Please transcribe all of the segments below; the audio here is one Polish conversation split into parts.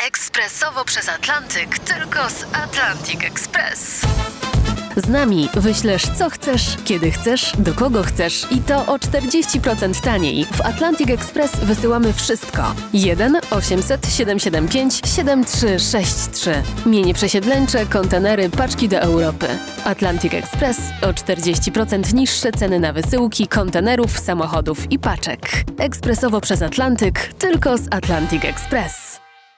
Ekspresowo przez Atlantyk, tylko z Atlantic Express. Z nami wyślesz co chcesz, kiedy chcesz, do kogo chcesz i to o 40% taniej. W Atlantic Express wysyłamy wszystko. 1 800 775 7363. Mienie przesiedleńcze, kontenery, paczki do Europy. Atlantic Express o 40% niższe ceny na wysyłki, kontenerów, samochodów i paczek. Ekspresowo przez Atlantyk, tylko z Atlantic Express.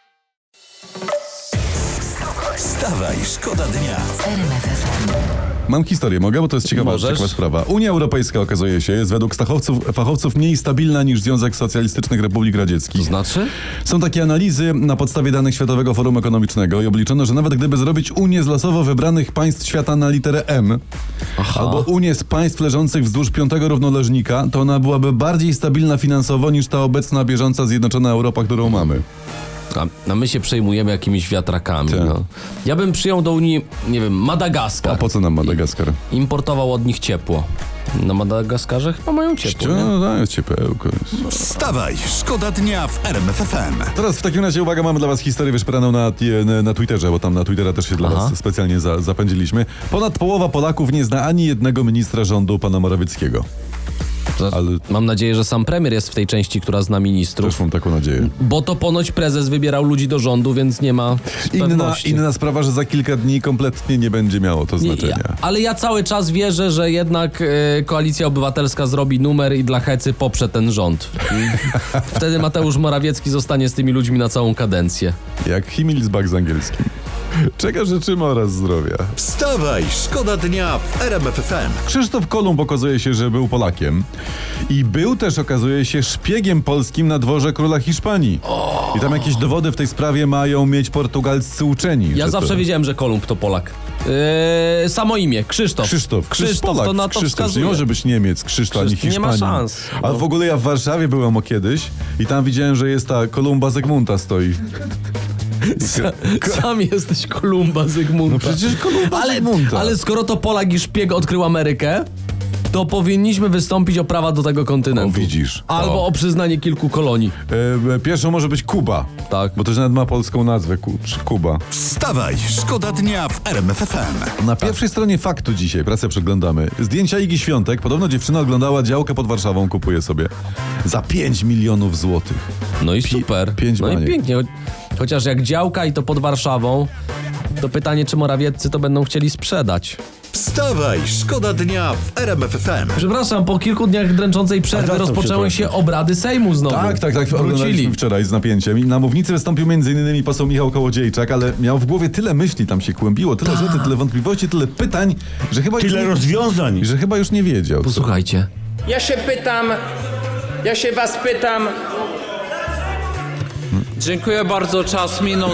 Wstawaj, szkoda dnia. Mam historię, mogę? Bo to jest ciekawa sprawa. Unia Europejska, okazuje się, jest według fachowców mniej stabilna niż Związek Socjalistycznych Republik Radzieckich. To znaczy? Są takie analizy na podstawie danych Światowego Forum Ekonomicznego i obliczono, że nawet gdyby zrobić Unię z losowo wybranych państw świata na literę M, albo Unię z państw leżących wzdłuż piątego równoleżnika, to ona byłaby bardziej stabilna finansowo niż ta obecna bieżąca zjednoczona Europa, którą mamy. A my się przejmujemy jakimiś wiatrakami. Tak. No. Ja bym przyjął do Unii, nie wiem, Madagaskar. A po co nam Madagaskar? Importował od nich ciepło. Na Madagaskarze chyba mają ciepło. No, jest ciepełko. Wstawaj, szkoda dnia w RMF FM. Teraz w takim razie, uwaga, mamy dla was historię wyszperaną na Twitterze, bo tam na Twittera też się dla was specjalnie zapędziliśmy. Ponad połowa Polaków nie zna ani jednego ministra rządu pana Morawieckiego. Ale mam nadzieję, że sam premier jest w tej części, która zna ministrów. też mam taką nadzieję. Bo to ponoć prezes wybierał ludzi do rządu, więc nie ma pewności. Inna sprawa, że za kilka dni kompletnie nie będzie miało to znaczenia. Ale ja cały czas wierzę, że jednak Koalicja Obywatelska zrobi numer i dla hecy poprze ten rząd. Wtedy Mateusz Morawiecki zostanie z tymi ludźmi na całą kadencję. Jak Himmelsbach z angielskim. Czego życzymy oraz zdrowia. Wstawaj, szkoda dnia w RMF FM. Krzysztof Kolumb okazuje się, że był Polakiem i był też, okazuje się, szpiegiem polskim na dworze króla Hiszpanii. I tam jakieś dowody w tej sprawie mają mieć portugalscy uczeni. Ja zawsze wiedziałem, że Kolumb to Polak. Samo imię, Krzysztof. Polak. To na to Krzysztof, nie może być Niemiec, Krzysztof ani Hiszpanii. Nie ma szans. Ale w ogóle ja w Warszawie byłem kiedyś i tam widziałem, że jest ta Kolumba Zygmunta stoi. Sam jesteś Kolumba Zygmunta. No przecież Kolumba Zygmunta. Ale skoro to Polak i szpieg odkrył Amerykę, to powinniśmy wystąpić o prawa do tego kontynentu. O, widzisz. Albo o przyznanie kilku kolonii. Pierwszą może być Kuba. Tak. Bo to nawet ma polską nazwę. Kuba. Wstawaj, szkoda dnia w RMF FM. Na pierwszej stronie Faktu dzisiaj, pracę przeglądamy. Zdjęcia Igi Świątek. Podobno dziewczyna oglądała działkę pod Warszawą, kupuje sobie za 5 milionów złotych. No i super. 5 no i baniek. pięknie. Chociaż jak działka i to pod Warszawą, to pytanie, czy Morawieccy to będą chcieli sprzedać. Wstawaj, szkoda dnia w RMF FM. Przepraszam, po kilku dniach dręczącej przerwy rozpoczęły się obrady Sejmu znowu. Tak. Wrócili. Oglądaliśmy wczoraj z napięciem. I na mównicy wystąpił m.in. poseł Michał Kołodziejczak, ale miał w głowie tyle myśli, tam się kłębiło, tyle rzeczy, tyle wątpliwości, tyle pytań, że chyba Tyle rozwiązań. że chyba już nie wiedział. Posłuchajcie. Ja się was pytam. Dziękuję bardzo, czas minął.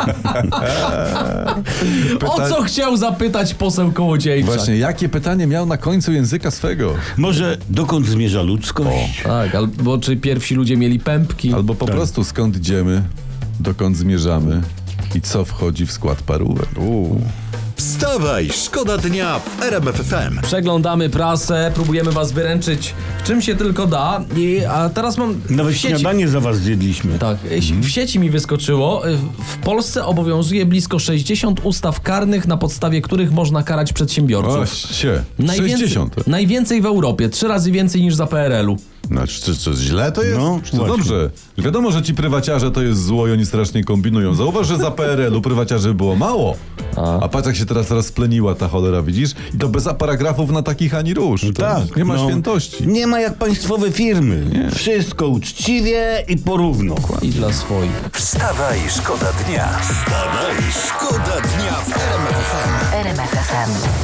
O co chciał zapytać poseł Kołodziejczak? Właśnie, jakie pytanie miał na końcu języka swego? Może dokąd zmierza ludzkość? Tak, albo czy pierwsi ludzie mieli pępki? Albo po prostu skąd idziemy, dokąd zmierzamy i co wchodzi w skład parówek. Wstawaj, szkoda dnia w RMF FM. Przeglądamy prasę, próbujemy was wyręczyć w czym się tylko da. A teraz mam... Nawet w sieci... śniadanie za was zjedliśmy. Tak, w sieci mi wyskoczyło. W Polsce obowiązuje blisko 60 ustaw karnych, na podstawie których można karać przedsiębiorców. Oście, 60. Najwięcej w Europie, 3 razy więcej niż za PRL-u. Znaczy, czy źle to jest? No, to właśnie. dobrze. Wiadomo, że ci prywaciarze to jest zło i oni strasznie kombinują. Zauważ, że za PRL-u prywaciarzy było mało. A patrz, jak się teraz rozpleniła ta cholera, widzisz? I to bez paragrafów na takich ani róż. To Tak. nie ma świętości. Nie ma jak państwowe firmy. Nie. Wszystko uczciwie i porówno. I dla swoich. Wstawaj, szkoda dnia. Wstawaj, szkoda dnia w RMF FM. RMF FM.